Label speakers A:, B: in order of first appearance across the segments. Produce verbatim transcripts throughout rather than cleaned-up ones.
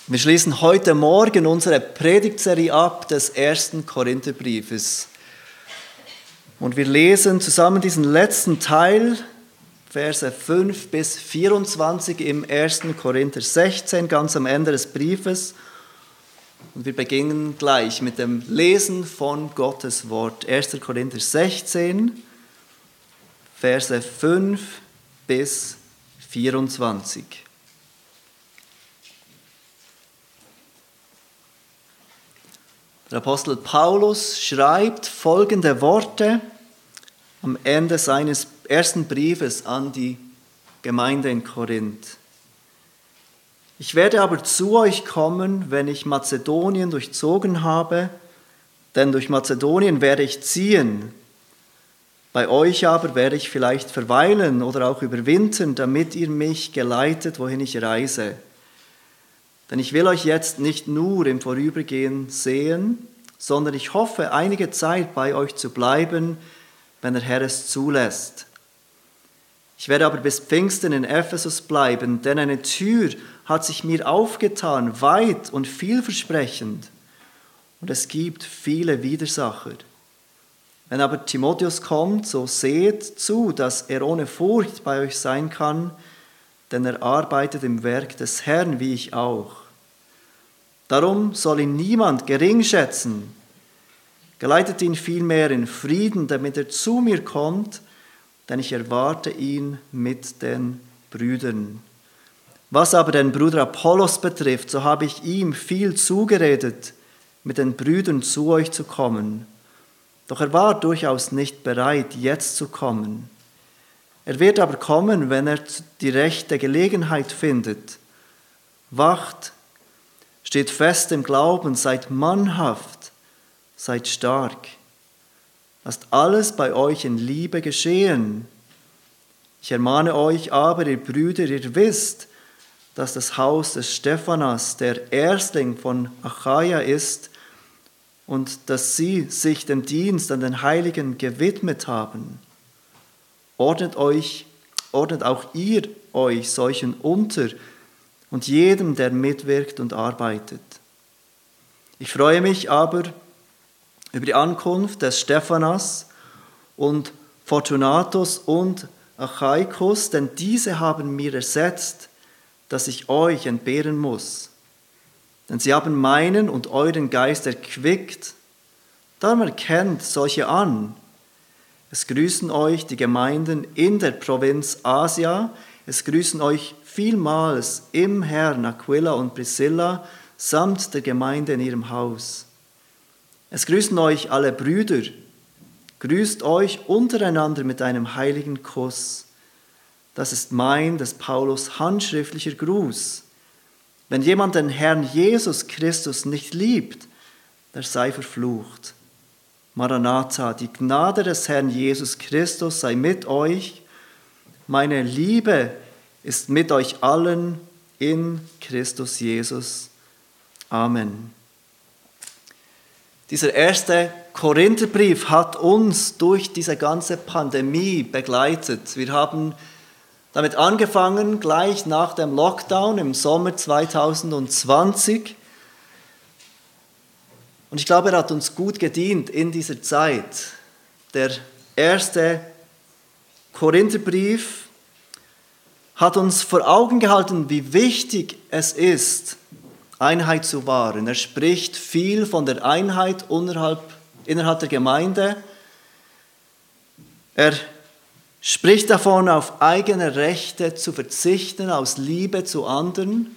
A: Wir schließen heute Morgen unsere Predigtserie ab des ersten Korintherbriefes. Und wir lesen zusammen diesen letzten Teil, Verse fünf bis vierundzwanzig im ersten Korinther sechzehn, ganz am Ende des Briefes. Und wir beginnen gleich mit dem Lesen von Gottes Wort. erster Korinther sechzehn, Verse fünf bis vierundzwanzig. Der Apostel Paulus schreibt folgende Worte am Ende seines ersten Briefes an die Gemeinde in Korinth. Ich werde aber zu euch kommen, wenn ich Mazedonien durchzogen habe, denn durch Mazedonien werde ich ziehen. Bei euch aber werde ich vielleicht verweilen oder auch überwintern, damit ihr mich geleitet, wohin ich reise. Denn ich will euch jetzt nicht nur im Vorübergehen sehen, sondern ich hoffe, einige Zeit bei euch zu bleiben, wenn der Herr es zulässt. Ich werde aber bis Pfingsten in Ephesus bleiben, denn eine Tür hat sich mir aufgetan, weit und vielversprechend, und es gibt viele Widersacher. Wenn aber Timotheus kommt, so seht zu, dass er ohne Furcht bei euch sein kann, denn er arbeitet im Werk des Herrn, wie ich auch. Darum soll ihn niemand gering schätzen. Geleitet ihn vielmehr in Frieden, damit er zu mir kommt, denn ich erwarte ihn mit den Brüdern. Was aber den Bruder Apollos betrifft, so habe ich ihm viel zugeredet, mit den Brüdern zu euch zu kommen. Doch er war durchaus nicht bereit, jetzt zu kommen. Er wird aber kommen, wenn er die rechte Gelegenheit findet. Wacht, steht fest im Glauben, seid mannhaft, seid stark. Lasst alles bei euch in Liebe geschehen. Ich ermahne euch aber, ihr Brüder, ihr wisst, dass das Haus des Stephanas der Erstling von Achaia ist und dass sie sich dem Dienst an den Heiligen gewidmet haben. Ordnet euch, ordnet auch ihr euch solchen unter, und jedem, der mitwirkt und arbeitet. Ich freue mich aber über die Ankunft des Stephanas und Fortunatus und Achaicus, denn diese haben mir ersetzt, dass ich euch entbehren muss. Denn sie haben meinen und euren Geist erquickt. Darum erkennt solche an. Es grüßen euch die Gemeinden in der Provinz Asia, es grüßen euch vielmals im Herrn Aquila und Priscilla samt der Gemeinde in ihrem Haus. Es grüßen euch alle Brüder, grüßt euch untereinander mit einem heiligen Kuss. Das ist mein, des Paulus, handschriftlicher Gruß. Wenn jemand den Herrn Jesus Christus nicht liebt, der sei verflucht. Maranatha, die Gnade des Herrn Jesus Christus sei mit euch. Meine Liebe ist mit euch allen in Christus Jesus. Amen. Dieser erste Korintherbrief hat uns durch diese ganze Pandemie begleitet. Wir haben damit angefangen, gleich nach dem Lockdown im Sommer zwanzig zwanzig. Und ich glaube, er hat uns gut gedient in dieser Zeit. Der erste Korintherbrief hat uns vor Augen gehalten, wie wichtig es ist, Einheit zu wahren. Er spricht viel von der Einheit innerhalb, innerhalb der Gemeinde. Er spricht davon, auf eigene Rechte zu verzichten, aus Liebe zu anderen.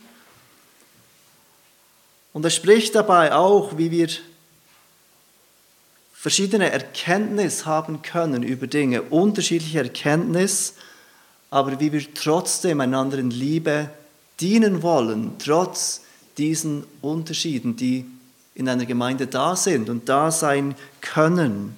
A: Und er spricht dabei auch, wie wir verschiedene Erkenntnis haben können über Dinge, unterschiedliche Erkenntnis, aber wie wir trotzdem einander in Liebe dienen wollen, trotz diesen Unterschieden, die in einer Gemeinde da sind und da sein können.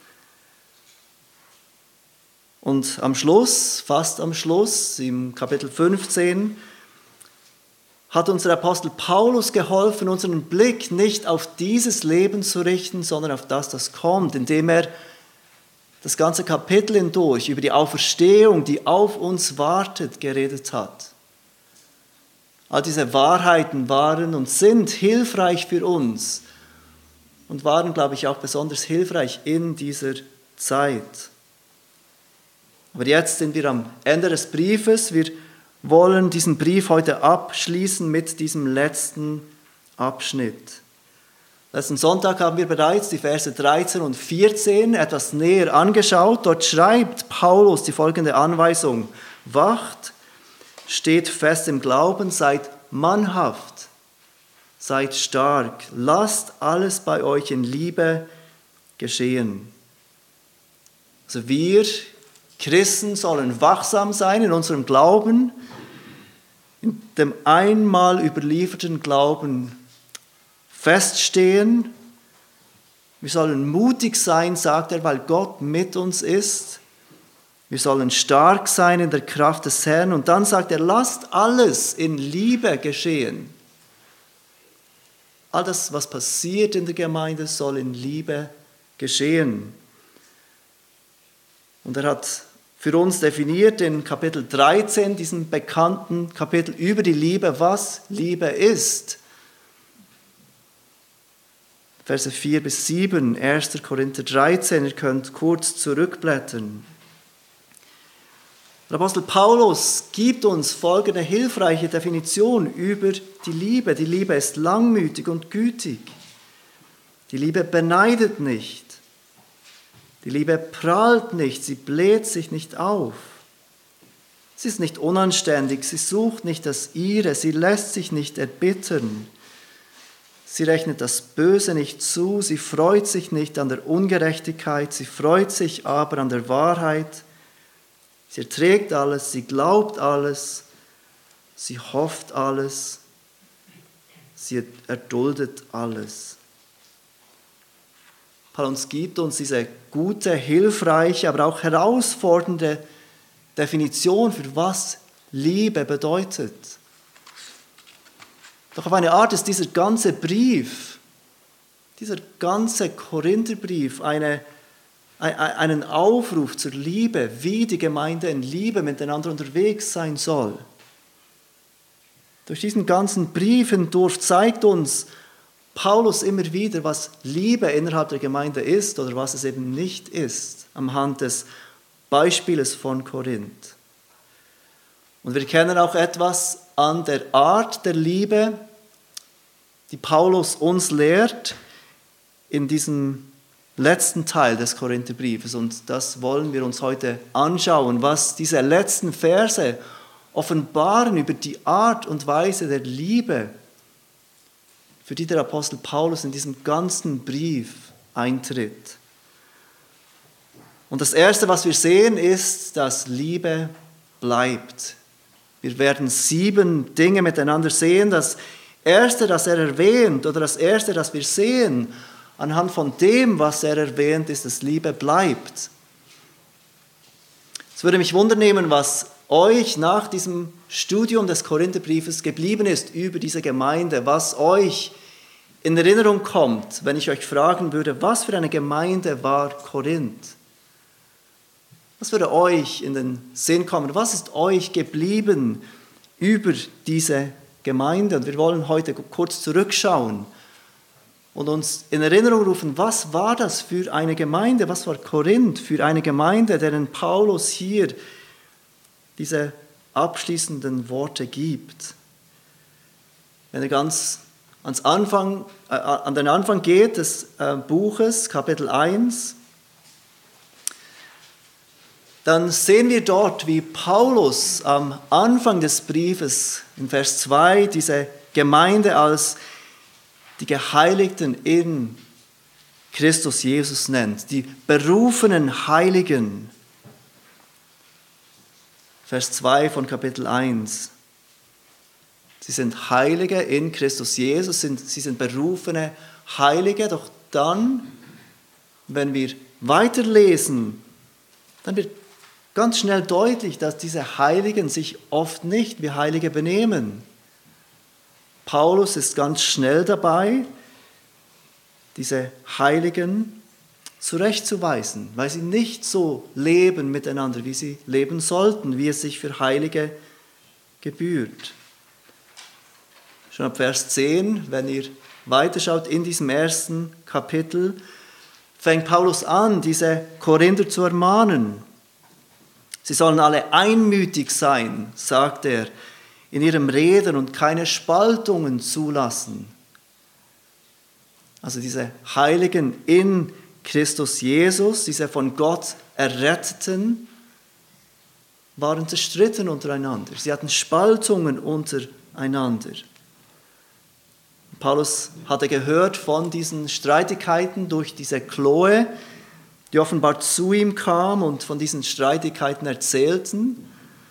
A: Und am Schluss, fast am Schluss, im Kapitel fünfzehn, hat unser Apostel Paulus geholfen, unseren Blick nicht auf dieses Leben zu richten, sondern auf das, das kommt, indem er das ganze Kapitel hindurch über die Auferstehung, die auf uns wartet, geredet hat. All diese Wahrheiten waren und sind hilfreich für uns und waren, glaube ich, auch besonders hilfreich in dieser Zeit. Aber jetzt sind wir am Ende des Briefes. Wir wollen diesen Brief heute abschließen mit diesem letzten Abschnitt. Letzten Sonntag haben wir bereits die Verse dreizehn und vierzehn etwas näher angeschaut. Dort schreibt Paulus die folgende Anweisung: Wacht, steht fest im Glauben, seid mannhaft, seid stark, lasst alles bei euch in Liebe geschehen. Also wir Christen sollen wachsam sein in unserem Glauben, in dem einmal überlieferten Glauben feststehen. Wir sollen mutig sein, sagt er, weil Gott mit uns ist. Wir sollen stark sein in der Kraft des Herrn. Und dann sagt er, lasst alles in Liebe geschehen. All das, was passiert in der Gemeinde, soll in Liebe geschehen. Und er hat für uns definiert in Kapitel dreizehn, diesem bekannten Kapitel über die Liebe, was Liebe ist. Verse vier bis sieben, erster Korinther dreizehn, ihr könnt kurz zurückblättern. Der Apostel Paulus gibt uns folgende hilfreiche Definition über die Liebe. Die Liebe ist langmütig und gütig. Die Liebe beneidet nicht. Die Liebe prahlt nicht, sie bläht sich nicht auf. Sie ist nicht unanständig, sie sucht nicht das Ihre, sie lässt sich nicht erbittern. Sie rechnet das Böse nicht zu, sie freut sich nicht an der Ungerechtigkeit, sie freut sich aber an der Wahrheit. Sie erträgt alles, sie glaubt alles, sie hofft alles, sie erduldet alles. Paulus gibt uns diese gute, hilfreiche, aber auch herausfordernde Definition, für was Liebe bedeutet. Doch auf eine Art ist dieser ganze Brief, dieser ganze Korintherbrief eine, einen Aufruf zur Liebe, wie die Gemeinde in Liebe miteinander unterwegs sein soll. Durch diesen ganzen Brief hindurch zeigt uns Paulus immer wieder, was Liebe innerhalb der Gemeinde ist oder was es eben nicht ist, anhand des Beispieles von Korinth. Und wir kennen auch etwas an der Art der Liebe, die Paulus uns lehrt in diesem letzten Teil des Korintherbriefes. Und das wollen wir uns heute anschauen, was diese letzten Verse offenbaren über die Art und Weise der Liebe, für die der Apostel Paulus in diesem ganzen Brief eintritt. Und das Erste, was wir sehen, ist, dass Liebe bleibt. Wir werden sieben Dinge miteinander sehen. Das Erste, das er erwähnt, oder das Erste, das wir sehen, anhand von dem, was er erwähnt, ist, dass Liebe bleibt. Es würde mich wundernehmen, was euch nach diesem Studium des Korintherbriefes geblieben ist über diese Gemeinde, was euch in Erinnerung kommt, wenn ich euch fragen würde, was für eine Gemeinde war Korinth? Was würde euch in den Sinn kommen? Was ist euch geblieben über diese Gemeinde? Und wir wollen heute kurz zurückschauen und uns in Erinnerung rufen, was war das für eine Gemeinde? Was war Korinth für eine Gemeinde, deren Paulus hier diese abschließenden Worte gibt? Wenn er ganz ans Anfang, äh, an den Anfang geht des äh, Buches, Kapitel eins, dann sehen wir dort, wie Paulus am Anfang des Briefes in Vers zwei diese Gemeinde als die Geheiligten in Christus Jesus nennt, die berufenen Heiligen. Vers zwei von Kapitel eins. Sie sind Heilige in Christus Jesus, sind, sie sind berufene Heilige, doch dann, wenn wir weiterlesen, dann wird ganz schnell deutlich, dass diese Heiligen sich oft nicht wie Heilige benehmen. Paulus ist ganz schnell dabei, diese Heiligen zurechtzuweisen, weil sie nicht so leben miteinander, wie sie leben sollten, wie es sich für Heilige gebührt. schon ab Vers zehn, wenn ihr weiterschaut in diesem ersten Kapitel, fängt Paulus an, diese Korinther zu ermahnen. Sie sollen alle einmütig sein, sagt er, in ihrem Reden und keine Spaltungen zulassen. Also diese Heiligen in Christus Jesus, diese von Gott Erretteten, waren zerstritten untereinander. Sie hatten Spaltungen untereinander. Paulus hatte gehört von diesen Streitigkeiten durch diese Chloe, die offenbar zu ihm kam und von diesen Streitigkeiten erzählten.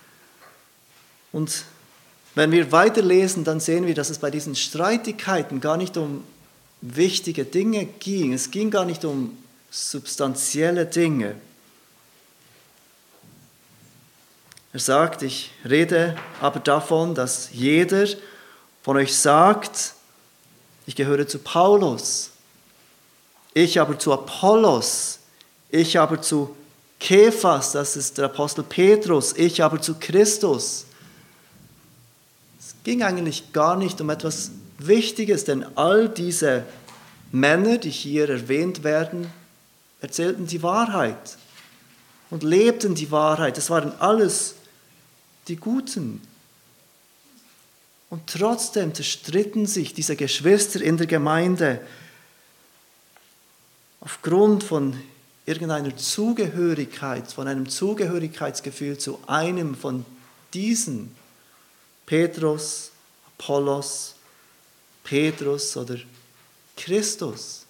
A: Und wenn wir weiterlesen, dann sehen wir, dass es bei diesen Streitigkeiten gar nicht um wichtige Dinge ging. Es ging gar nicht um substanzielle Dinge. Er sagt, ich rede aber davon, dass jeder von euch sagt, ich gehöre zu Paulus, ich aber zu Apollos, ich aber zu Kephas, das ist der Apostel Petrus, ich aber zu Christus. Es ging eigentlich gar nicht um etwas Wichtiges, denn all diese Männer, die hier erwähnt werden, erzählten die Wahrheit und lebten die Wahrheit. Es waren alles die Guten. Und trotzdem zerstritten sich diese Geschwister in der Gemeinde aufgrund von irgendeiner Zugehörigkeit, von einem Zugehörigkeitsgefühl zu einem von diesen, Petrus, Apollos, Petrus oder Christus.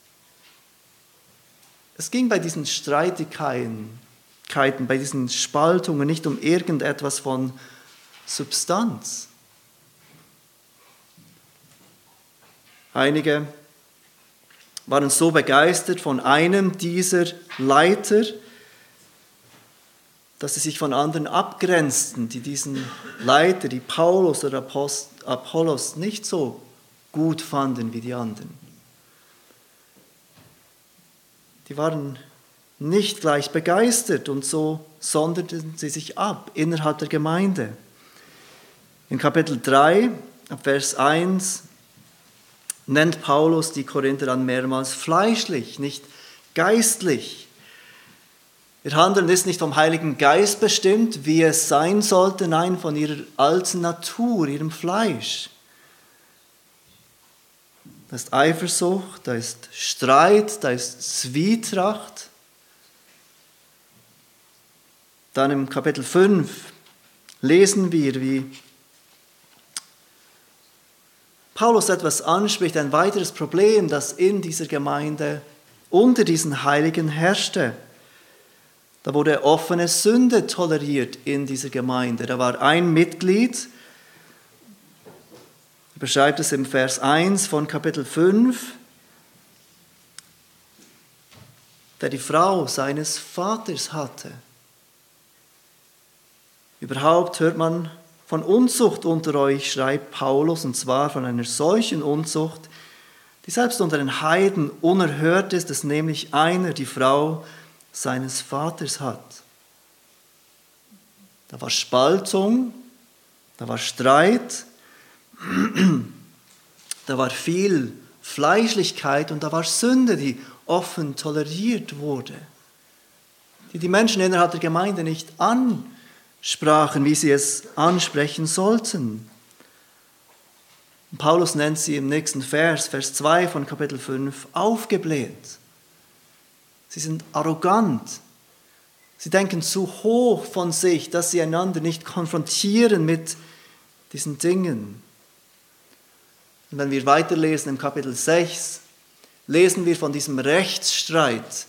A: Es ging bei diesen Streitigkeiten, bei diesen Spaltungen nicht um irgendetwas von Substanz. Einige waren so begeistert von einem dieser Leiter, dass sie sich von anderen abgrenzten, die diesen Leiter, die Paulus oder Apollos, nicht so gut fanden wie die anderen. Die waren nicht gleich begeistert und so sonderten sie sich ab innerhalb der Gemeinde. In Kapitel drei, Vers eins, nennt Paulus die Korinther dann mehrmals fleischlich, nicht geistlich. Ihr Handeln ist nicht vom Heiligen Geist bestimmt, wie es sein sollte, nein, von ihrer alten Natur, ihrem Fleisch. Da ist Eifersucht, da ist Streit, da ist Zwietracht. Dann im Kapitel fünf lesen wir, wie Paulus etwas anspricht, ein weiteres Problem, das in dieser Gemeinde unter diesen Heiligen herrschte. Da wurde offene Sünde toleriert in dieser Gemeinde. Da war ein Mitglied, er beschreibt es im Vers eins von Kapitel fünf, der die Frau seines Vaters hatte. Überhaupt hört man von Unzucht unter euch, schreibt Paulus, und zwar von einer solchen Unzucht, die selbst unter den Heiden unerhört ist, dass nämlich einer die Frau seines Vaters hat. Da war Spaltung, da war Streit, da war viel Fleischlichkeit und da war Sünde, die offen toleriert wurde, die die Menschen innerhalb der Gemeinde nicht ansprachen, wie sie es ansprechen sollten. Und Paulus nennt sie im nächsten Vers, Vers zwei von Kapitel fünf, aufgebläht. Sie sind arrogant. Sie denken zu hoch von sich, dass sie einander nicht konfrontieren mit diesen Dingen. Und wenn wir weiterlesen im Kapitel sechs, lesen wir von diesem Rechtsstreit.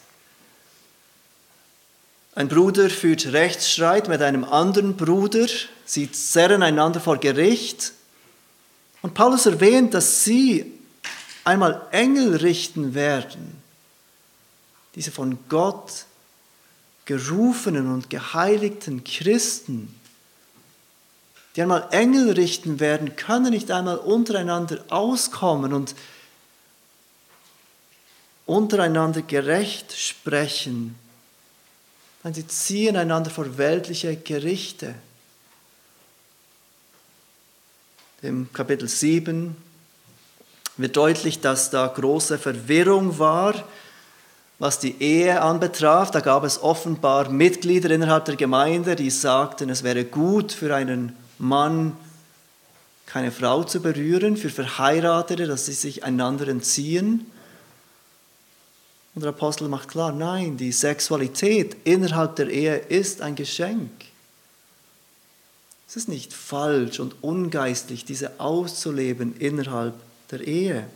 A: Ein Bruder führt Rechtsstreit mit einem anderen Bruder. Sie zerren einander vor Gericht. Und Paulus erwähnt, dass sie einmal Engel richten werden. Diese von Gott gerufenen und geheiligten Christen, die einmal Engel richten werden, können nicht einmal untereinander auskommen und untereinander gerecht sprechen. Denn sie ziehen einander vor weltliche Gerichte. Im Kapitel sieben wird deutlich, dass da große Verwirrung war, was die Ehe anbetraf. Da gab es offenbar Mitglieder innerhalb der Gemeinde, die sagten, es wäre gut für einen Mann, keine Frau zu berühren, für Verheiratete, dass sie sich einander entziehen. Und der Apostel macht klar, nein, die Sexualität innerhalb der Ehe ist ein Geschenk. Es ist nicht falsch und ungeistlich, diese auszuleben innerhalb der Ehe.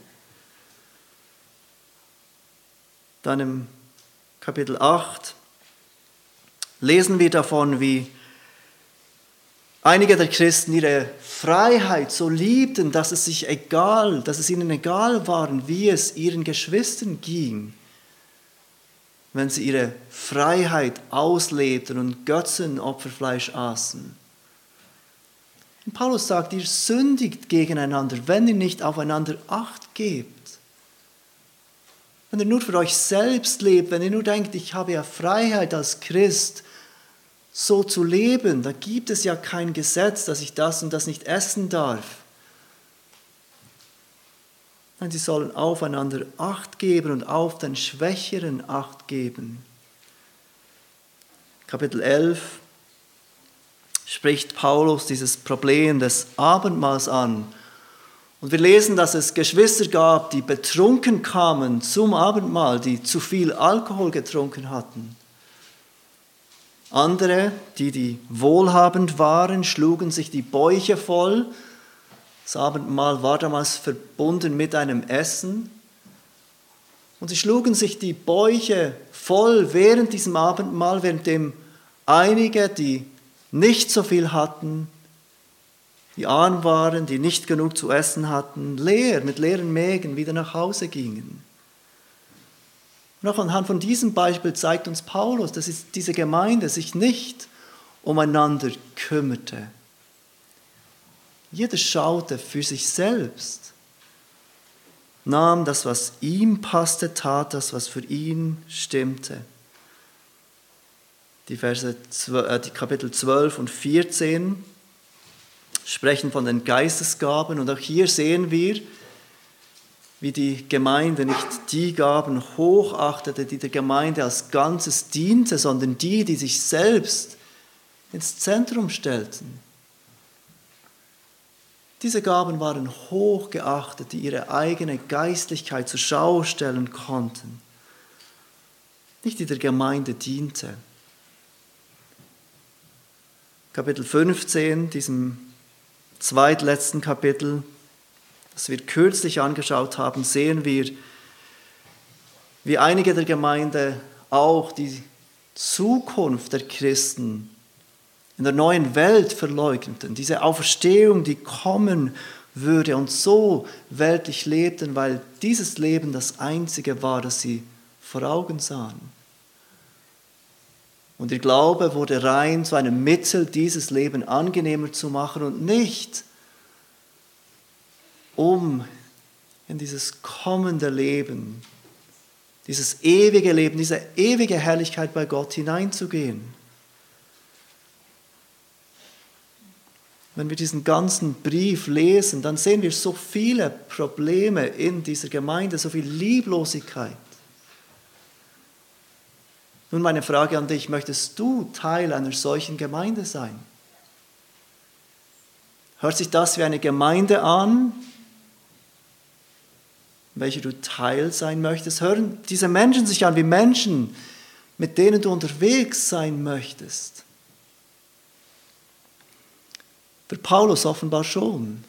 A: Dann im Kapitel acht lesen wir davon, wie einige der Christen ihre Freiheit so liebten, dass es sich egal, dass es ihnen egal war, wie es ihren Geschwistern ging, wenn sie ihre Freiheit auslebten und Götzenopferfleisch aßen. Und Paulus sagt, ihr sündigt gegeneinander, wenn ihr nicht aufeinander Acht gebt. Wenn ihr nur für euch selbst lebt, wenn ihr nur denkt, ich habe ja Freiheit als Christ, so zu leben, da gibt es ja kein Gesetz, dass ich das und das nicht essen darf. Nein, sie sollen aufeinander Acht geben und auf den Schwächeren Acht geben. Kapitel elf spricht Paulus dieses Problem des Abendmahls an. Und wir lesen, dass es Geschwister gab, die betrunken kamen zum Abendmahl, die zu viel Alkohol getrunken hatten. Andere, die, die wohlhabend waren, schlugen sich die Bäuche voll. Das Abendmahl war damals verbunden mit einem Essen. Und sie schlugen sich die Bäuche voll während diesem Abendmahl, währenddem einige, die nicht so viel hatten, die arm waren, die nicht genug zu essen hatten, leer, mit leeren Mägen wieder nach Hause gingen. Und auch anhand von diesem Beispiel zeigt uns Paulus, dass diese Gemeinde sich nicht umeinander kümmerte. Jeder schaute für sich selbst, nahm das, was ihm passte, tat das, was für ihn stimmte. Die Verse, die Kapitel zwölf und vierzehn sprechen von den Geistesgaben und auch hier sehen wir, wie die Gemeinde nicht die Gaben hochachtete, die der Gemeinde als Ganzes diente, sondern die, die sich selbst ins Zentrum stellten. Diese Gaben waren hochgeachtet, die ihre eigene Geistlichkeit zur Schau stellen konnten, nicht die der Gemeinde diente. Kapitel fünfzehn, diesem zweitletzten Kapitel, das wir kürzlich angeschaut haben, sehen wir, wie einige der Gemeinde auch die Zukunft der Christen in der neuen Welt verleugneten, diese Auferstehung, die kommen würde und so weltlich lebten, weil dieses Leben das einzige war, das sie vor Augen sahen. Und ihr Glaube wurde rein zu einem Mittel, dieses Leben angenehmer zu machen und nicht, um in dieses kommende Leben, dieses ewige Leben, diese ewige Herrlichkeit bei Gott hineinzugehen. Wenn wir diesen ganzen Brief lesen, dann sehen wir so viele Probleme in dieser Gemeinde, so viel Lieblosigkeit. Nun meine Frage an dich, möchtest du Teil einer solchen Gemeinde sein? Hört sich das wie eine Gemeinde an, welcher du Teil sein möchtest? Hören diese Menschen sich an wie Menschen, mit denen du unterwegs sein möchtest? Für Paulus offenbar schon.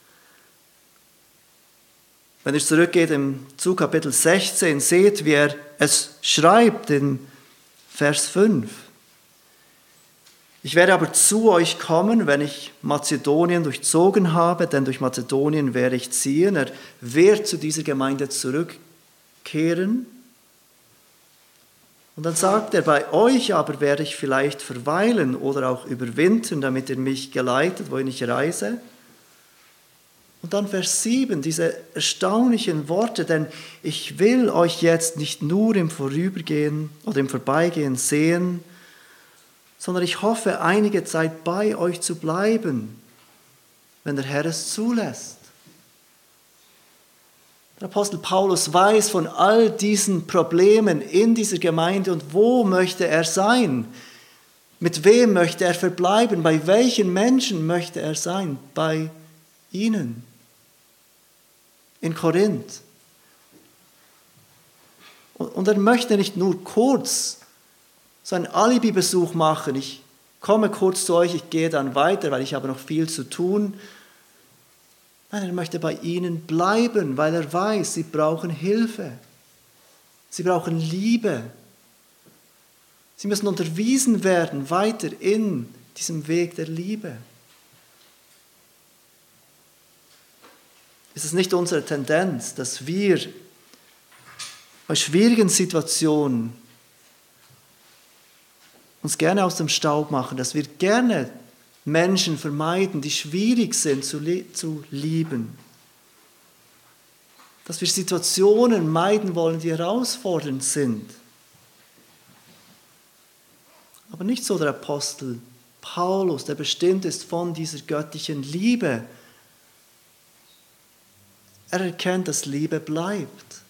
A: Wenn ihr zurückgeht im, zu Kapitel sechzehn, seht, wie er es schreibt in Vers fünf. Ich werde aber zu euch kommen, wenn ich Mazedonien durchzogen habe, denn durch Mazedonien werde ich ziehen. Er wird zu dieser Gemeinde zurückkehren. Und dann sagt er, bei euch aber werde ich vielleicht verweilen oder auch überwintern, damit ihr mich geleitet, wohin ich reise. Und dann Vers sieben, diese erstaunlichen Worte, denn ich will euch jetzt nicht nur im Vorübergehen oder im Vorbeigehen sehen, sondern ich hoffe, einige Zeit bei euch zu bleiben, wenn der Herr es zulässt. Der Apostel Paulus weiß von all diesen Problemen in dieser Gemeinde und wo möchte er sein? Mit wem möchte er verbleiben? Bei welchen Menschen möchte er sein? Bei ihnen. In Korinth. Und er möchte nicht nur kurz so einen Alibi-Besuch machen. Ich komme kurz zu euch, ich gehe dann weiter, weil ich habe noch viel zu tun. Nein, er möchte bei ihnen bleiben, weil er weiß, sie brauchen Hilfe. Sie brauchen Liebe. Sie müssen unterwiesen werden, weiter in diesem Weg der Liebe. Es ist nicht unsere Tendenz, dass wir bei schwierigen Situationen uns gerne aus dem Staub machen, dass wir gerne Menschen vermeiden, die schwierig sind zu, zu lieben. Dass wir Situationen meiden wollen, die herausfordernd sind. Aber nicht so der Apostel Paulus, der bestimmt ist von dieser göttlichen Liebe. Er erkennt, dass Liebe bleibt.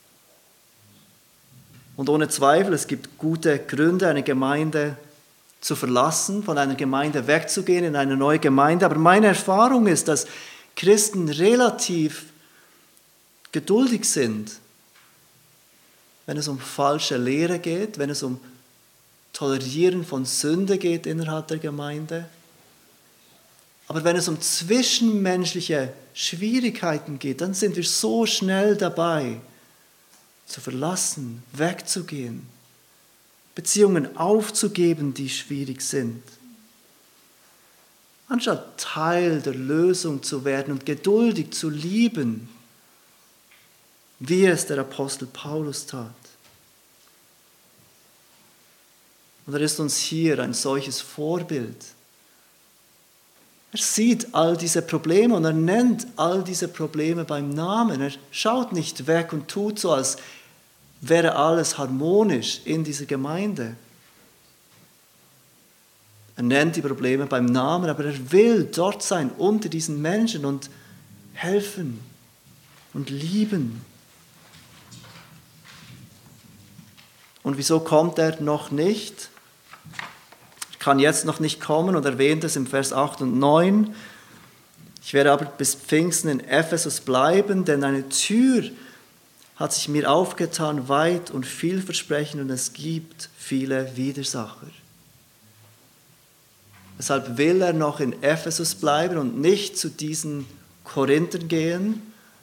A: Und ohne Zweifel, es gibt gute Gründe, eine Gemeinde zu verlassen, von einer Gemeinde wegzugehen in eine neue Gemeinde. Aber meine Erfahrung ist, dass Christen relativ geduldig sind, wenn es um falsche Lehre geht, wenn es um Tolerieren von Sünde geht innerhalb der Gemeinde. Aber wenn es um zwischenmenschliche Schwierigkeiten geht, dann sind wir so schnell dabei, zu verlassen, wegzugehen, Beziehungen aufzugeben, die schwierig sind. Anstatt Teil der Lösung zu werden und geduldig zu lieben, wie es der Apostel Paulus tat. Und er ist uns hier ein solches Vorbild. Er sieht all diese Probleme und er nennt all diese Probleme beim Namen. Er schaut nicht weg und tut so, als wäre alles harmonisch in dieser Gemeinde. Er nennt die Probleme beim Namen, aber er will dort sein unter diesen Menschen und helfen und lieben. Und wieso kommt er noch nicht? Er kann jetzt noch nicht kommen und erwähnt es im Vers acht und neun. Ich werde aber bis Pfingsten in Ephesus bleiben, denn eine Tür hat sich mir aufgetan, weit und vielversprechend, und es gibt viele Widersacher. Deshalb will er noch in Ephesus bleiben und nicht zu diesen Korinthern gehen,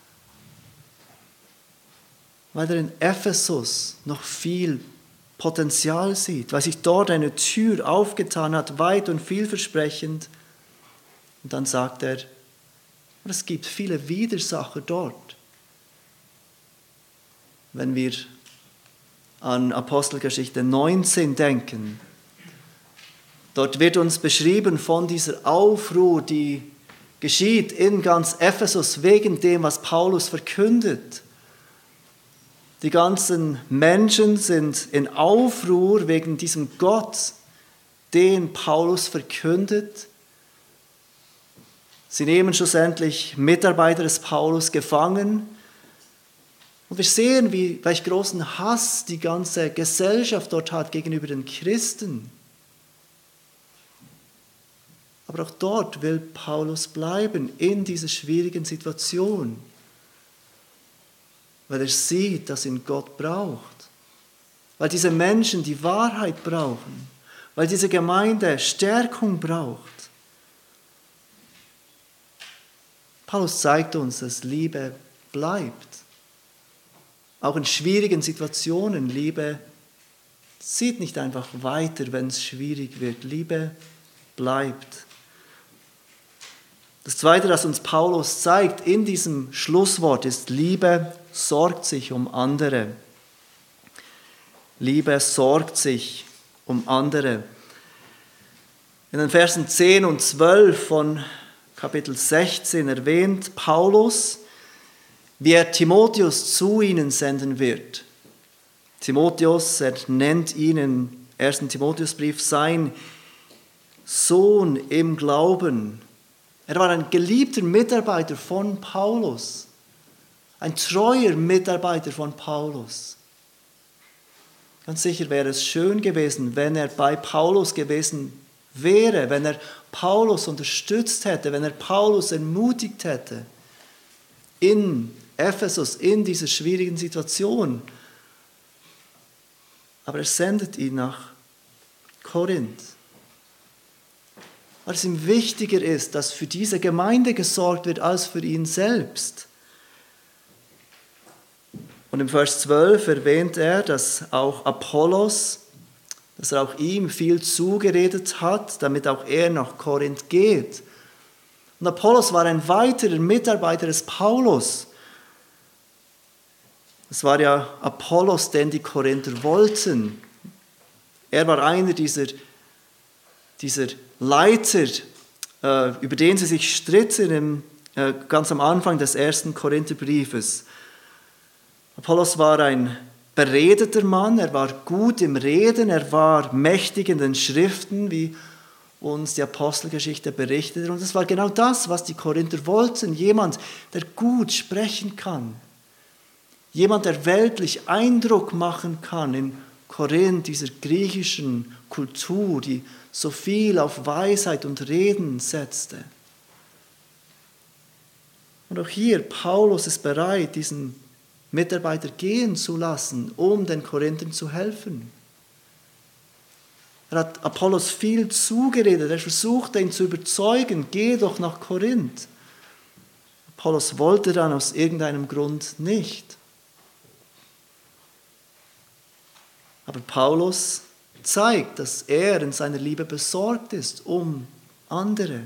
A: weil er in Ephesus noch viel Potenzial sieht, weil sich dort eine Tür aufgetan hat, weit und vielversprechend. Und dann sagt er, es gibt viele Widersacher dort. Wenn wir an Apostelgeschichte neunzehn denken, dort wird uns beschrieben von dieser Aufruhr, die geschieht in ganz Ephesus wegen dem, was Paulus verkündet. Die ganzen Menschen sind in Aufruhr wegen diesem Gott, den Paulus verkündet. Sie nehmen schlussendlich Mitarbeiter des Paulus gefangen. Und wir sehen, wie, welch großen Hass die ganze Gesellschaft dort hat gegenüber den Christen. Aber auch dort will Paulus bleiben, in dieser schwierigen Situation, weil er sieht, dass ihn Gott braucht, weil diese Menschen die Wahrheit brauchen, weil diese Gemeinde Stärkung braucht. Paulus zeigt uns, dass Liebe bleibt. Auch in schwierigen Situationen, Liebe zieht nicht einfach weiter, wenn es schwierig wird. Liebe bleibt. Das Zweite, das uns Paulus zeigt in diesem Schlusswort, ist, Liebe sorgt sich um andere. Liebe sorgt sich um andere. In den Versen zehn und zwölf von Kapitel sechzehn erwähnt Paulus, wie er Timotheus zu ihnen senden wird. Timotheus, er nennt ihn im ersten Timotheusbrief sein Sohn im Glauben. Er war ein geliebter Mitarbeiter von Paulus. ein treuer Mitarbeiter von Paulus. Ganz sicher wäre es schön gewesen, wenn er bei Paulus gewesen wäre, wenn er Paulus unterstützt hätte, wenn er Paulus ermutigt hätte in Ephesus, in dieser schwierigen Situation. Aber er sendet ihn nach Korinth. Weil es ihm wichtiger ist, dass für diese Gemeinde gesorgt wird, als für ihn selbst. Und im Vers zwölf erwähnt er, dass auch Apollos, dass er auch ihm viel zugeredet hat, damit auch er nach Korinth geht. Und Apollos war ein weiterer Mitarbeiter des Paulus. Es war ja Apollos, den die Korinther wollten. Er war einer dieser, dieser Leiter, äh, über den sie sich stritten, im, äh, ganz am Anfang des ersten Korintherbriefes. Apollos war ein beredeter Mann, er war gut im Reden, er war mächtig in den Schriften, wie uns die Apostelgeschichte berichtet. Und es war genau das, was die Korinther wollten. Jemand, der gut sprechen kann. Jemand, der weltlich Eindruck machen kann in Korinth, dieser griechischen Kultur, die so viel auf Weisheit und Reden setzte. Und auch hier, Paulus ist bereit, diesen Mitarbeiter gehen zu lassen, um den Korinthern zu helfen. Er hat Apollos viel zugeredet, er versuchte ihn zu überzeugen, geh doch nach Korinth. Apollos wollte dann aus irgendeinem Grund nicht. Aber Paulus zeigt, dass er in seiner Liebe besorgt ist um andere,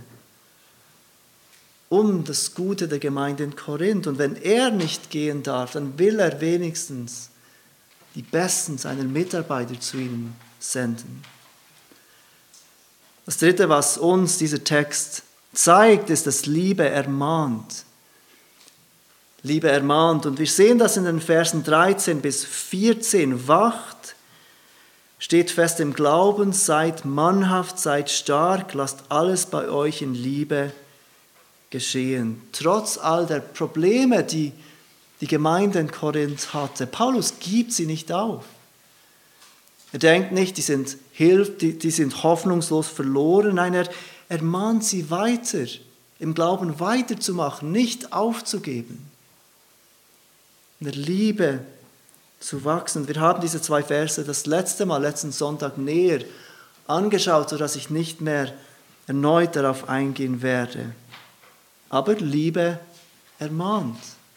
A: um das Gute der Gemeinde in Korinth. Und wenn er nicht gehen darf, dann will er wenigstens die Besten seiner Mitarbeiter zu ihnen senden. Das Dritte, was uns dieser Text zeigt, ist, dass Liebe ermahnt. Liebe ermahnt. Und wir sehen das in den Versen dreizehn bis vierzehn. Wacht, steht fest im Glauben, seid mannhaft, seid stark, lasst alles bei euch in Liebe geschehen. Trotz all der Probleme, die die Gemeinde in Korinth hatte, Paulus gibt sie nicht auf. Er denkt nicht, die sind, hilf, die, die sind hoffnungslos verloren. Nein, er ermahnt sie weiter, im Glauben weiterzumachen, nicht aufzugeben. In der Liebe zu wachsen. Wir haben diese zwei Verse das letzte Mal, letzten Sonntag näher angeschaut, sodass ich nicht mehr erneut darauf eingehen werde. Aber Liebe ermahnt.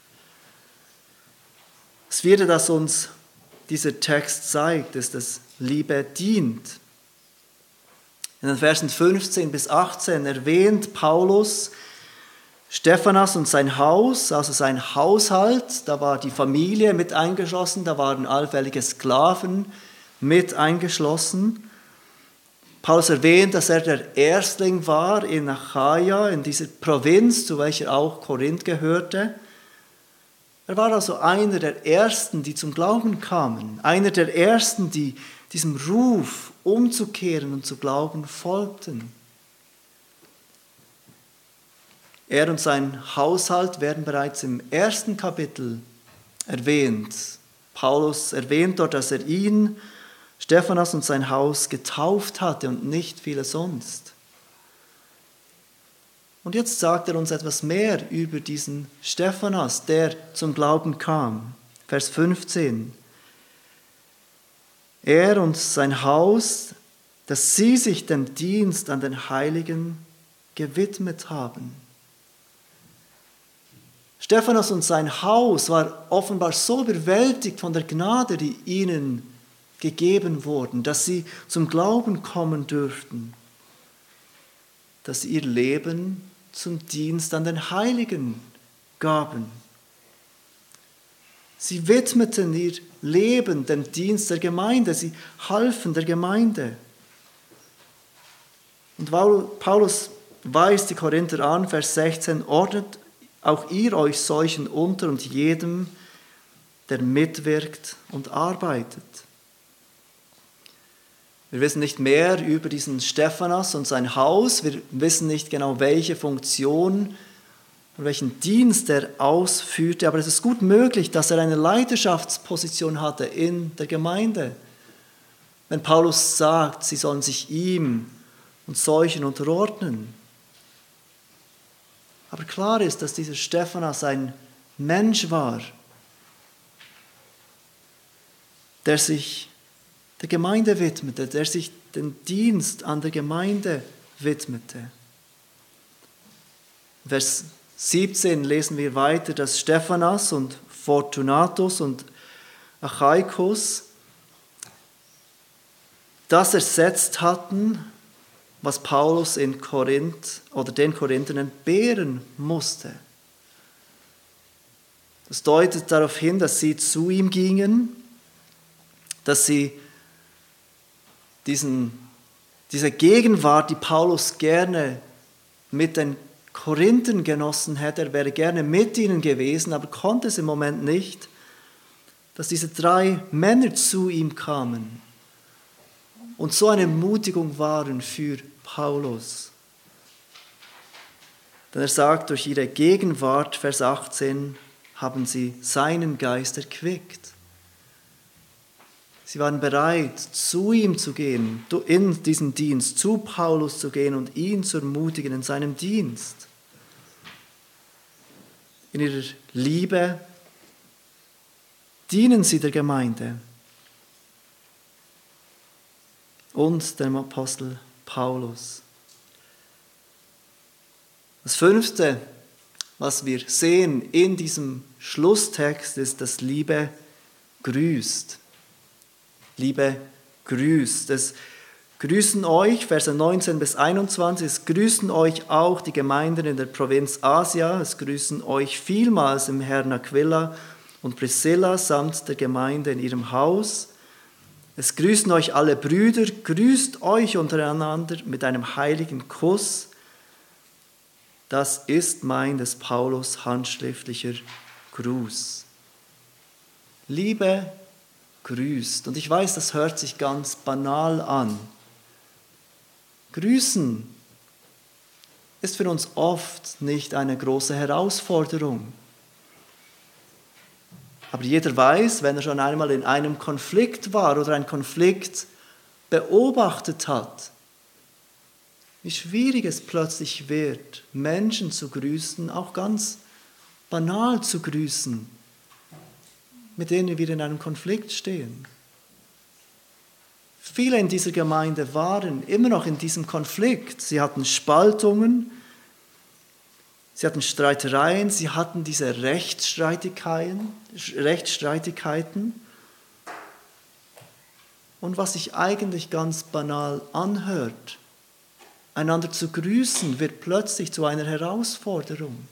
A: Das Vierte, das uns dieser Text zeigt, ist, dass Liebe dient. In den Versen fünfzehn bis achtzehn erwähnt Paulus Stephanas und sein Haus, also sein Haushalt, da war die Familie mit eingeschlossen, da waren allfällige Sklaven mit eingeschlossen. Paulus erwähnt, dass er der Erstling war in Achaia, in dieser Provinz, zu welcher auch Korinth gehörte. Er war also einer der Ersten, die zum Glauben kamen, einer der Ersten, die diesem Ruf umzukehren und zu glauben folgten. Er und sein Haushalt werden bereits im ersten Kapitel erwähnt. Paulus erwähnt dort, dass er ihn, Stephanas und sein Haus getauft hatte und nicht viele sonst. Und jetzt sagt er uns etwas mehr über diesen Stephanas, der zum Glauben kam. Vers fünfzehn. Er und sein Haus, dass sie sich dem Dienst an den Heiligen gewidmet haben. Stephanas und sein Haus war offenbar so überwältigt von der Gnade, die ihnen gegeben wurde, dass sie zum Glauben kommen dürften, dass sie ihr Leben zum Dienst an den Heiligen gaben. Sie widmeten ihr Leben dem Dienst der Gemeinde, sie halfen der Gemeinde. Und Paulus weist die Korinther an, Vers sechzehn, ordnet auch ihr euch solchen unter und jedem, der mitwirkt und arbeitet. Wir wissen nicht mehr über diesen Stephanas und sein Haus. Wir wissen nicht genau, welche Funktion und welchen Dienst er ausführte. Aber es ist gut möglich, dass er eine Leiterschaftsposition hatte in der Gemeinde. Wenn Paulus sagt, sie sollen sich ihm und solchen unterordnen. Aber klar ist, dass dieser Stephanas ein Mensch war, der sich der Gemeinde widmete, der sich den Dienst an der Gemeinde widmete. Vers siebzehn lesen wir weiter, dass Stephanas und Fortunatus und Achaicus das ersetzt hatten, was Paulus in Korinth oder den Korinthern entbehren musste. Das deutet darauf hin, dass sie zu ihm gingen, dass sie diesen, diese Gegenwart, die Paulus gerne mit den Korinthern genossen hätte, er wäre gerne mit ihnen gewesen, aber konnte es im Moment nicht, dass diese drei Männer zu ihm kamen und so eine Ermutigung waren für Paulus. Denn er sagt, durch ihre Gegenwart, Vers achtzehn, haben sie seinen Geist erquickt. Sie waren bereit, zu ihm zu gehen, in diesen Dienst, zu Paulus zu gehen und ihn zu ermutigen in seinem Dienst. In ihrer Liebe dienen sie der Gemeinde und dem Apostel Paulus. Das Fünfte, was wir sehen in diesem Schlusstext, ist, dass Liebe grüßt. Liebe grüßt. Es grüßen euch, Verse neunzehn bis einundzwanzig, es grüßen euch auch die Gemeinden in der Provinz Asia, es grüßen euch vielmals im Herrn Aquila und Priscilla samt der Gemeinde in ihrem Haus. Es grüßen euch alle Brüder, grüßt euch untereinander mit einem heiligen Kuss. Das ist mein, des Paulus, handschriftlicher Gruß. Liebe grüßt. Und ich weiß, das hört sich ganz banal an. Grüßen ist für uns oft nicht eine große Herausforderung. Aber jeder weiß, wenn er schon einmal in einem Konflikt war oder einen Konflikt beobachtet hat, wie schwierig es plötzlich wird, Menschen zu grüßen, auch ganz banal zu grüßen, mit denen wir in einem Konflikt stehen. Viele in dieser Gemeinde waren immer noch in diesem Konflikt. Sie hatten Spaltungen, sie hatten Streitereien, sie hatten diese Rechtsstreitigkeiten. Rechtsstreitigkeiten. Und was sich eigentlich ganz banal anhört, einander zu grüßen, wird plötzlich zu einer Herausforderung.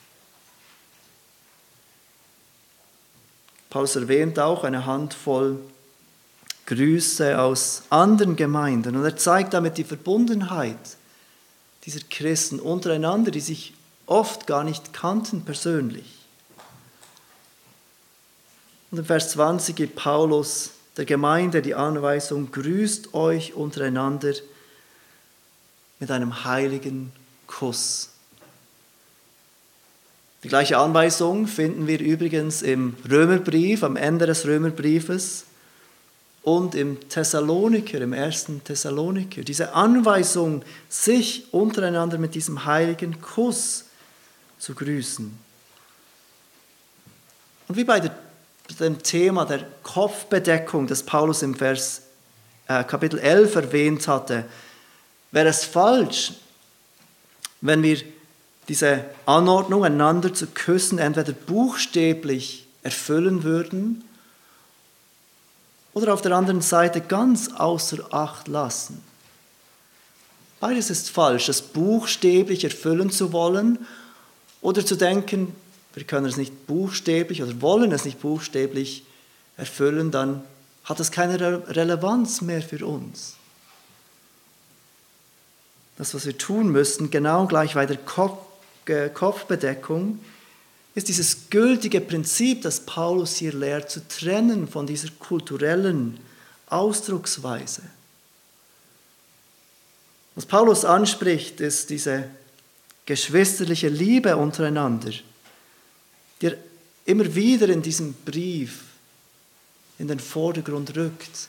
A: Paulus erwähnt auch eine Handvoll Grüße aus anderen Gemeinden und er zeigt damit die Verbundenheit dieser Christen untereinander, die sich oft gar nicht kannten persönlich. Und in Vers zwanzig gibt Paulus der Gemeinde die Anweisung, grüßt euch untereinander mit einem heiligen Kuss. Die gleiche Anweisung finden wir übrigens im Römerbrief, am Ende des Römerbriefes und im Thessaloniker, im ersten Thessaloniker. Diese Anweisung, sich untereinander mit diesem heiligen Kuss zu grüßen. Und wie bei der, dem Thema der Kopfbedeckung, das Paulus im Vers, äh, Kapitel elf erwähnt hatte, wäre es falsch, wenn wir diese Anordnung, einander zu küssen, entweder buchstäblich erfüllen würden oder auf der anderen Seite ganz außer Acht lassen. Beides ist falsch, das buchstäblich erfüllen zu wollen oder zu denken, wir können es nicht buchstäblich oder wollen es nicht buchstäblich erfüllen, dann hat es keine Re- Relevanz mehr für uns. Das, was wir tun müssen, genau gleich bei der Kopf Kopfbedeckung, ist dieses gültige Prinzip, das Paulus hier lehrt, zu trennen von dieser kulturellen Ausdrucksweise. Was Paulus anspricht, ist diese geschwisterliche Liebe untereinander, die er immer wieder in diesem Brief in den Vordergrund rückt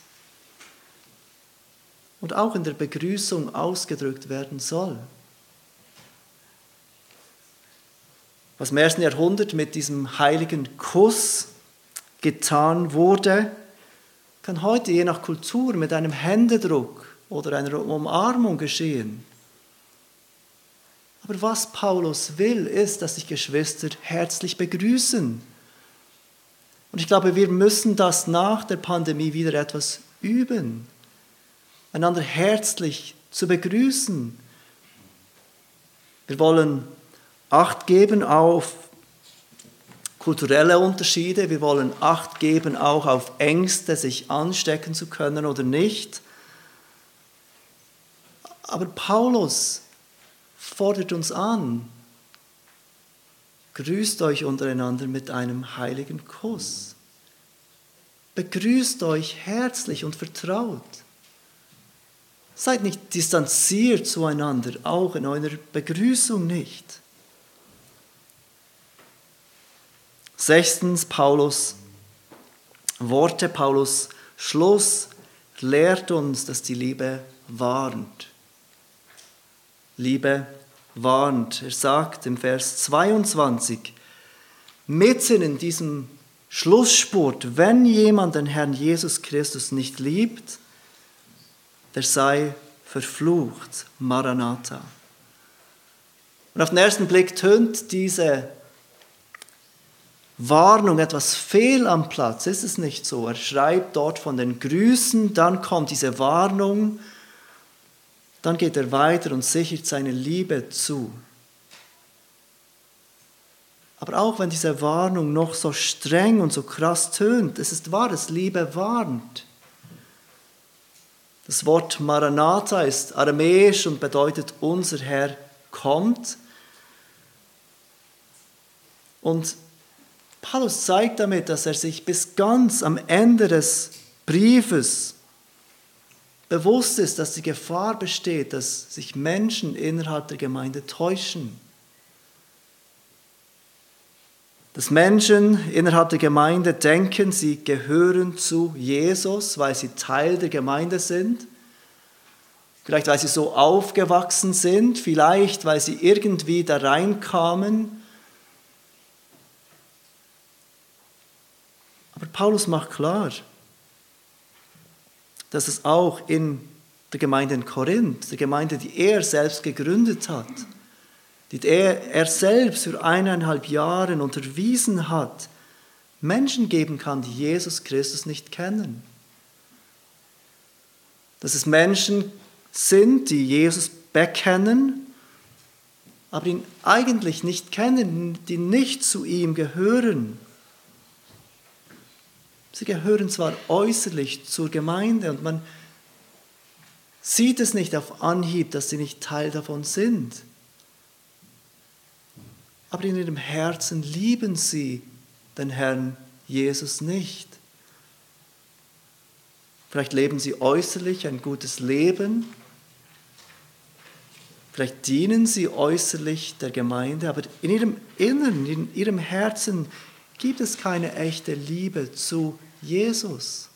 A: und auch in der Begrüßung ausgedrückt werden soll. Was im ersten Jahrhundert mit diesem heiligen Kuss getan wurde, kann heute je nach Kultur mit einem Händedruck oder einer Umarmung geschehen. Aber was Paulus will, ist, dass sich Geschwister herzlich begrüßen. Und ich glaube, wir müssen das nach der Pandemie wieder etwas üben, einander herzlich zu begrüßen. Wir wollen Acht geben auf kulturelle Unterschiede, wir wollen Acht geben auch auf Ängste, sich anstecken zu können oder nicht. Aber Paulus fordert uns an, grüßt euch untereinander mit einem heiligen Kuss. Begrüßt euch herzlich und vertraut. Seid nicht distanziert zueinander, auch in eurer Begrüßung nicht. Sechstens, Paulus Worte, Paulus Schluss lehrt uns, dass die Liebe warnt. Liebe warnt. Er sagt im Vers zweiundzwanzig, mitten in diesem Schlussspurt, wenn jemand den Herrn Jesus Christus nicht liebt, der sei verflucht. Maranatha. Und auf den ersten Blick tönt diese Warnung etwas fehl am Platz, ist es nicht so? Er schreibt dort von den Grüßen, dann kommt diese Warnung, dann geht er weiter und sichert seine Liebe zu. Aber auch wenn diese Warnung noch so streng und so krass tönt, es ist wahr, dass Liebe warnt. Das Wort Maranatha ist aramäisch und bedeutet, unser Herr kommt. Und Paulus zeigt damit, dass er sich bis ganz am Ende des Briefes bewusst ist, dass die Gefahr besteht, dass sich Menschen innerhalb der Gemeinde täuschen. Dass Menschen innerhalb der Gemeinde denken, sie gehören zu Jesus, weil sie Teil der Gemeinde sind. Vielleicht, weil sie so aufgewachsen sind, vielleicht, weil sie irgendwie da reinkamen. Aber Paulus macht klar, dass es auch in der Gemeinde in Korinth, der Gemeinde, die er selbst gegründet hat, die er, er selbst für eineinhalb Jahre unterwiesen hat, Menschen geben kann, die Jesus Christus nicht kennen. Dass es Menschen sind, die Jesus bekennen, aber ihn eigentlich nicht kennen, die nicht zu ihm gehören. Sie gehören zwar äußerlich zur Gemeinde und man sieht es nicht auf Anhieb, dass sie nicht Teil davon sind. Aber in ihrem Herzen lieben sie den Herrn Jesus nicht. Vielleicht leben sie äußerlich ein gutes Leben. Vielleicht dienen sie äußerlich der Gemeinde, aber in ihrem Inneren, in ihrem Herzen gibt es keine echte Liebe zu Jesus.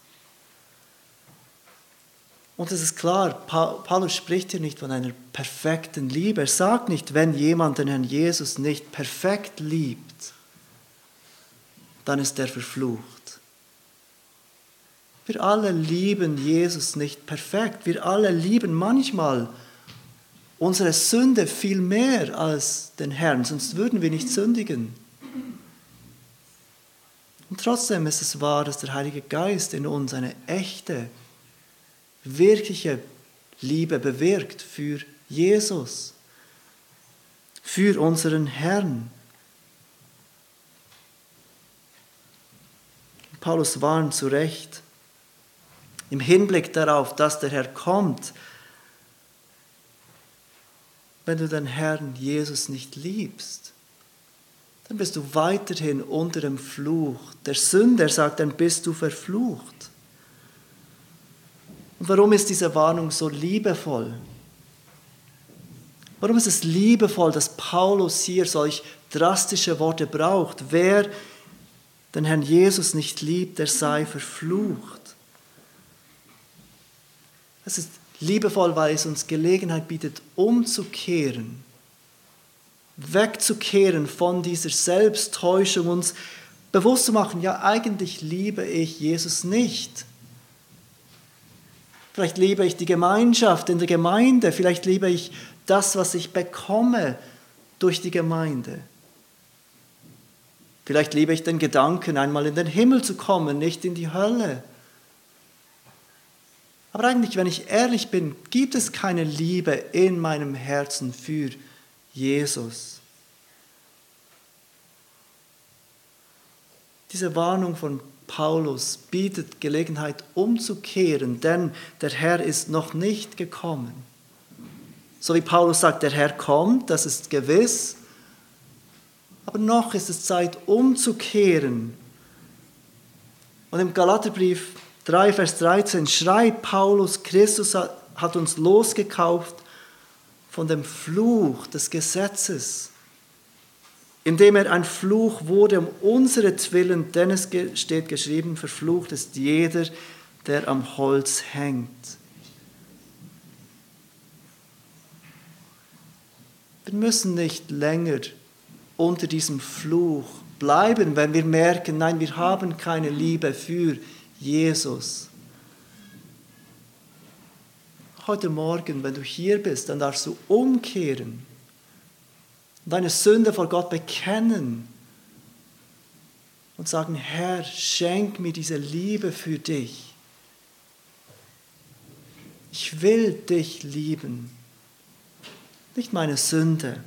A: Und es ist klar, Paulus spricht hier nicht von einer perfekten Liebe. Er sagt nicht, wenn jemand den Herrn Jesus nicht perfekt liebt, dann ist er verflucht. Wir alle lieben Jesus nicht perfekt. Wir alle lieben manchmal unsere Sünde viel mehr als den Herrn, sonst würden wir nicht sündigen. Und trotzdem ist es wahr, dass der Heilige Geist in uns eine echte, wirkliche Liebe bewirkt für Jesus, für unseren Herrn. Paulus warnt zu Recht im Hinblick darauf, dass der Herr kommt. Wenn du den Herrn Jesus nicht liebst, dann bist du weiterhin unter dem Fluch der Sünde. Er sagt, dann bist du verflucht. Und warum ist diese Warnung so liebevoll? Warum ist es liebevoll, dass Paulus hier solch drastische Worte braucht? Wer den Herrn Jesus nicht liebt, der sei verflucht. Es ist liebevoll, weil es uns Gelegenheit bietet, umzukehren, wegzukehren von dieser Selbsttäuschung, uns bewusst zu machen, ja, eigentlich liebe ich Jesus nicht. Vielleicht liebe ich die Gemeinschaft in der Gemeinde, vielleicht liebe ich das, was ich bekomme durch die Gemeinde. Vielleicht liebe ich den Gedanken, einmal in den Himmel zu kommen, nicht in die Hölle. Aber eigentlich, wenn ich ehrlich bin, gibt es keine Liebe in meinem Herzen für Jesus. Diese Warnung von Paulus bietet Gelegenheit umzukehren, denn der Herr ist noch nicht gekommen. So wie Paulus sagt, der Herr kommt, das ist gewiss, aber noch ist es Zeit umzukehren. Und im Galaterbrief drei, Vers dreizehn schreibt Paulus, Christus hat uns losgekauft von dem Fluch des Gesetzes, indem er ein Fluch wurde um unseretwillen, denn es steht geschrieben, verflucht ist jeder, der am Holz hängt. Wir müssen nicht länger unter diesem Fluch bleiben, wenn wir merken, nein, wir haben keine Liebe für Jesus. Heute Morgen, wenn du hier bist, dann darfst du umkehren, deine Sünde vor Gott bekennen und sagen, Herr, schenk mir diese Liebe für dich. Ich will dich lieben, nicht meine Sünde.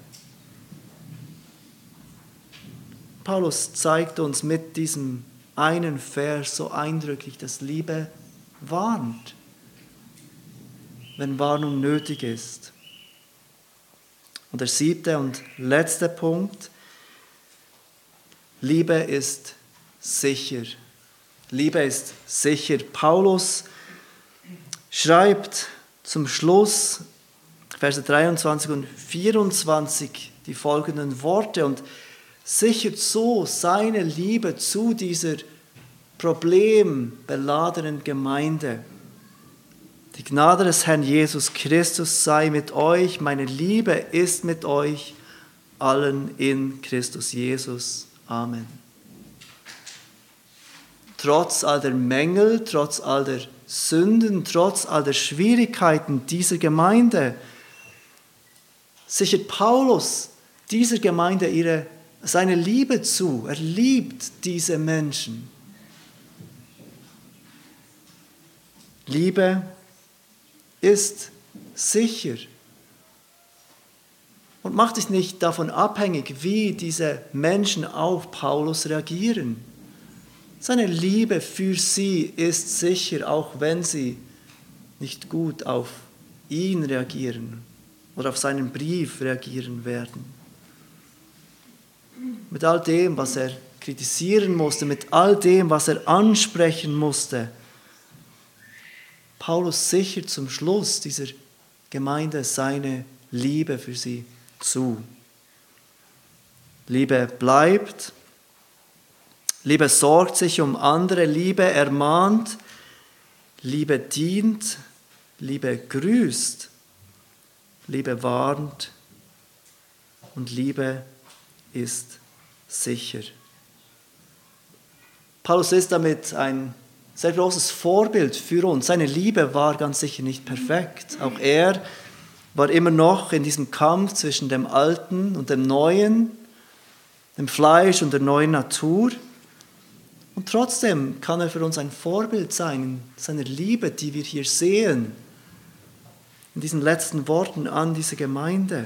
A: Paulus zeigt uns mit diesem einen Vers so eindrücklich, dass Liebe warnt, wenn Warnung nötig ist. Und der siebte und letzte Punkt, Liebe ist sicher. Liebe ist sicher. Paulus schreibt zum Schluss, Verse dreiundzwanzig und vierundzwanzig, die folgenden Worte und sichert so seine Liebe zu dieser problembeladenen Gemeinde. Die Gnade des Herrn Jesus Christus sei mit euch, meine Liebe ist mit euch allen in Christus Jesus. Amen. Trotz all der Mängel, trotz all der Sünden, trotz all der Schwierigkeiten dieser Gemeinde, sichert Paulus dieser Gemeinde ihre, seine Liebe zu. Er liebt diese Menschen. Liebe ist sicher und macht es nicht davon abhängig, wie diese Menschen auf Paulus reagieren. Seine Liebe für sie ist sicher, auch wenn sie nicht gut auf ihn reagieren oder auf seinen Brief reagieren werden. Mit all dem, was er kritisieren musste, mit all dem, was er ansprechen musste, Paulus sichert zum Schluss dieser Gemeinde seine Liebe für sie zu. Liebe bleibt, Liebe sorgt sich um andere, Liebe ermahnt, Liebe dient, Liebe grüßt, Liebe warnt und Liebe ist sicher. Paulus ist damit ein sehr großes Vorbild für uns. Seine Liebe war ganz sicher nicht perfekt. Auch er war immer noch in diesem Kampf zwischen dem Alten und dem Neuen, dem Fleisch und der neuen Natur. Und trotzdem kann er für uns ein Vorbild sein in seiner Liebe, die wir hier sehen, in diesen letzten Worten an diese Gemeinde.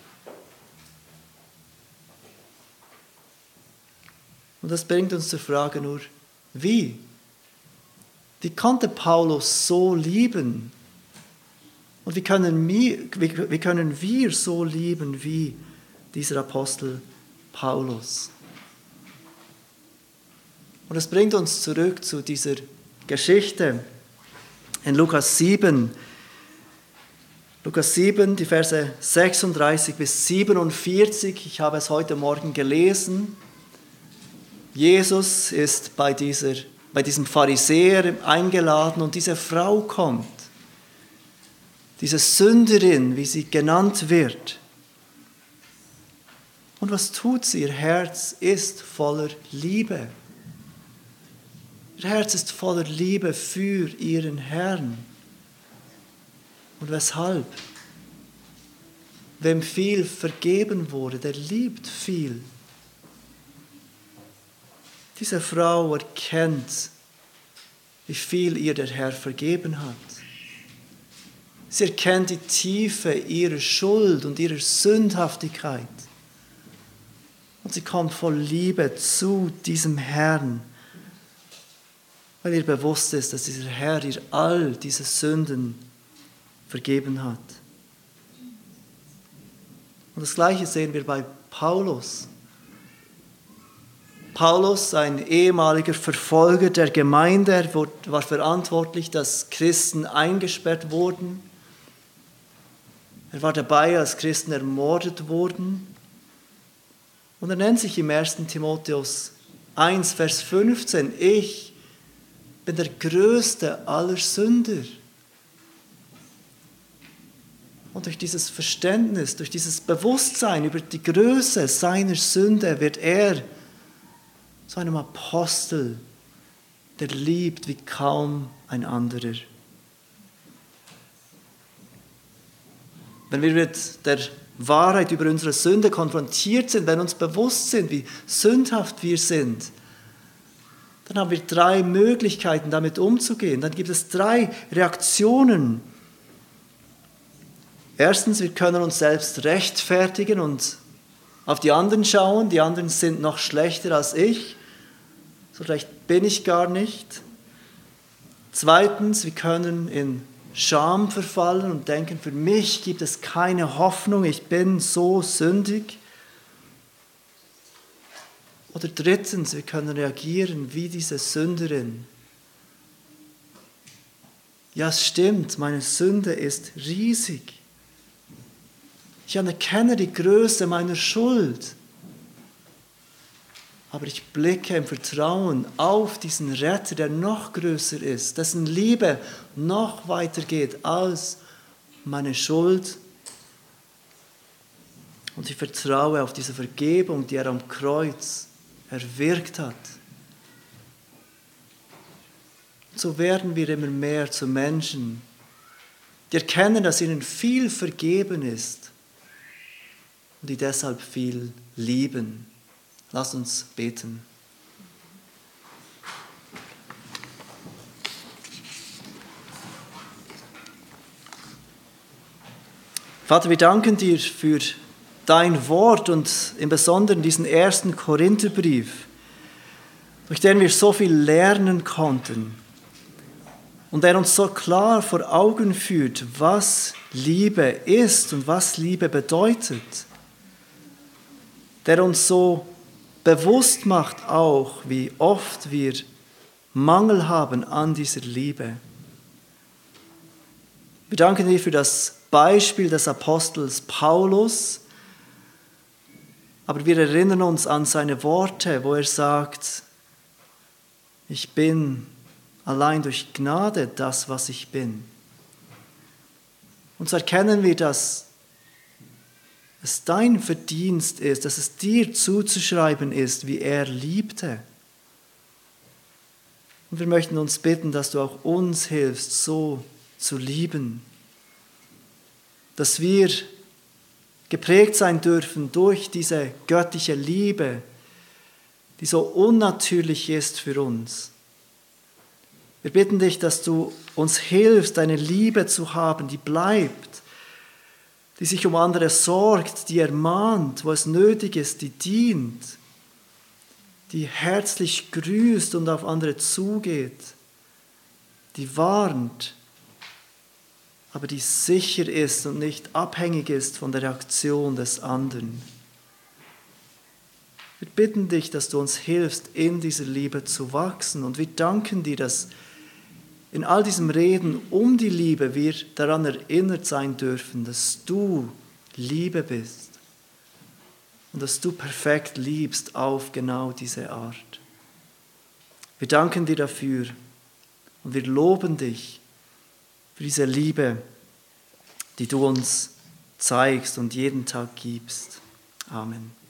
A: Und das bringt uns zur Frage nur, wie? Wie konnte Paulus so lieben? Und wie können wir, wie, wie können wir so lieben wie dieser Apostel Paulus? Und das bringt uns zurück zu dieser Geschichte in Lukas sieben, Lukas sieben, die Verse sechsunddreißig bis siebenundvierzig. Ich habe es heute Morgen gelesen. Jesus ist bei, dieser, bei diesem Pharisäer eingeladen und diese Frau kommt. Diese Sünderin, wie sie genannt wird. Und was tut sie? Ihr Herz ist voller Liebe. Ihr Herz ist voller Liebe für ihren Herrn. Und weshalb? Wem viel vergeben wurde, der liebt viel. Diese Frau erkennt, wie viel ihr der Herr vergeben hat. Sie erkennt die Tiefe ihrer Schuld und ihrer Sündhaftigkeit. Und sie kommt voll Liebe zu diesem Herrn, weil ihr bewusst ist, dass dieser Herr ihr all diese Sünden vergeben hat. Und das Gleiche sehen wir bei Paulus. Paulus, ein ehemaliger Verfolger der Gemeinde, war verantwortlich, dass Christen eingesperrt wurden. Er war dabei, als Christen ermordet wurden. Und er nennt sich im ersten Timotheus eins, Vers fünfzehn, ich bin der größte aller Sünder. Und durch dieses Verständnis, durch dieses Bewusstsein über die Größe seiner Sünde wird er zu einem Apostel, der liebt wie kaum ein anderer. Wenn wir mit der Wahrheit über unsere Sünde konfrontiert sind, wenn uns bewusst sind, wie sündhaft wir sind, dann haben wir drei Möglichkeiten, damit umzugehen. Dann gibt es drei Reaktionen. Erstens, wir können uns selbst rechtfertigen und auf die anderen schauen. Die anderen sind noch schlechter als ich. So schlecht bin ich gar nicht. Zweitens, wir können in Scham verfallen und denken, für mich gibt es keine Hoffnung, ich bin so sündig. Oder drittens, wir können reagieren wie diese Sünderin. Ja, es stimmt, meine Sünde ist riesig. Ich anerkenne die Größe meiner Schuld. Aber ich blicke im Vertrauen auf diesen Retter, der noch größer ist, dessen Liebe noch weiter geht als meine Schuld. Und ich vertraue auf diese Vergebung, die er am Kreuz erwirkt hat. So werden wir immer mehr zu Menschen, die erkennen, dass ihnen viel vergeben ist und die deshalb viel lieben. Lass uns beten. Vater, wir danken dir für dein Wort und im Besonderen diesen ersten Korintherbrief, durch den wir so viel lernen konnten und der uns so klar vor Augen führt, was Liebe ist und was Liebe bedeutet, der uns so bewusst macht auch, wie oft wir Mangel haben an dieser Liebe. Wir danken dir für das Beispiel des Apostels Paulus, aber wir erinnern uns an seine Worte, wo er sagt, ich bin allein durch Gnade das, was ich bin. Und so erkennen wir, dass es dein Verdienst ist, dass es dir zuzuschreiben ist, wie er liebte. Und wir möchten uns bitten, dass du auch uns hilfst, so zu lieben. Dass wir geprägt sein dürfen durch diese göttliche Liebe, die so unnatürlich ist für uns. Wir bitten dich, dass du uns hilfst, eine Liebe zu haben, die bleibt, die sich um andere sorgt, die ermahnt, wo es nötig ist, die dient, die herzlich grüßt und auf andere zugeht, die warnt, aber die sicher ist und nicht abhängig ist von der Reaktion des anderen. Wir bitten dich, dass du uns hilfst, in dieser Liebe zu wachsen, und wir danken dir, dass in all diesem Reden um die Liebe wir daran erinnert sein dürfen, dass du Liebe bist und dass du perfekt liebst auf genau diese Art. Wir danken dir dafür und wir loben dich für diese Liebe, die du uns zeigst und jeden Tag gibst. Amen.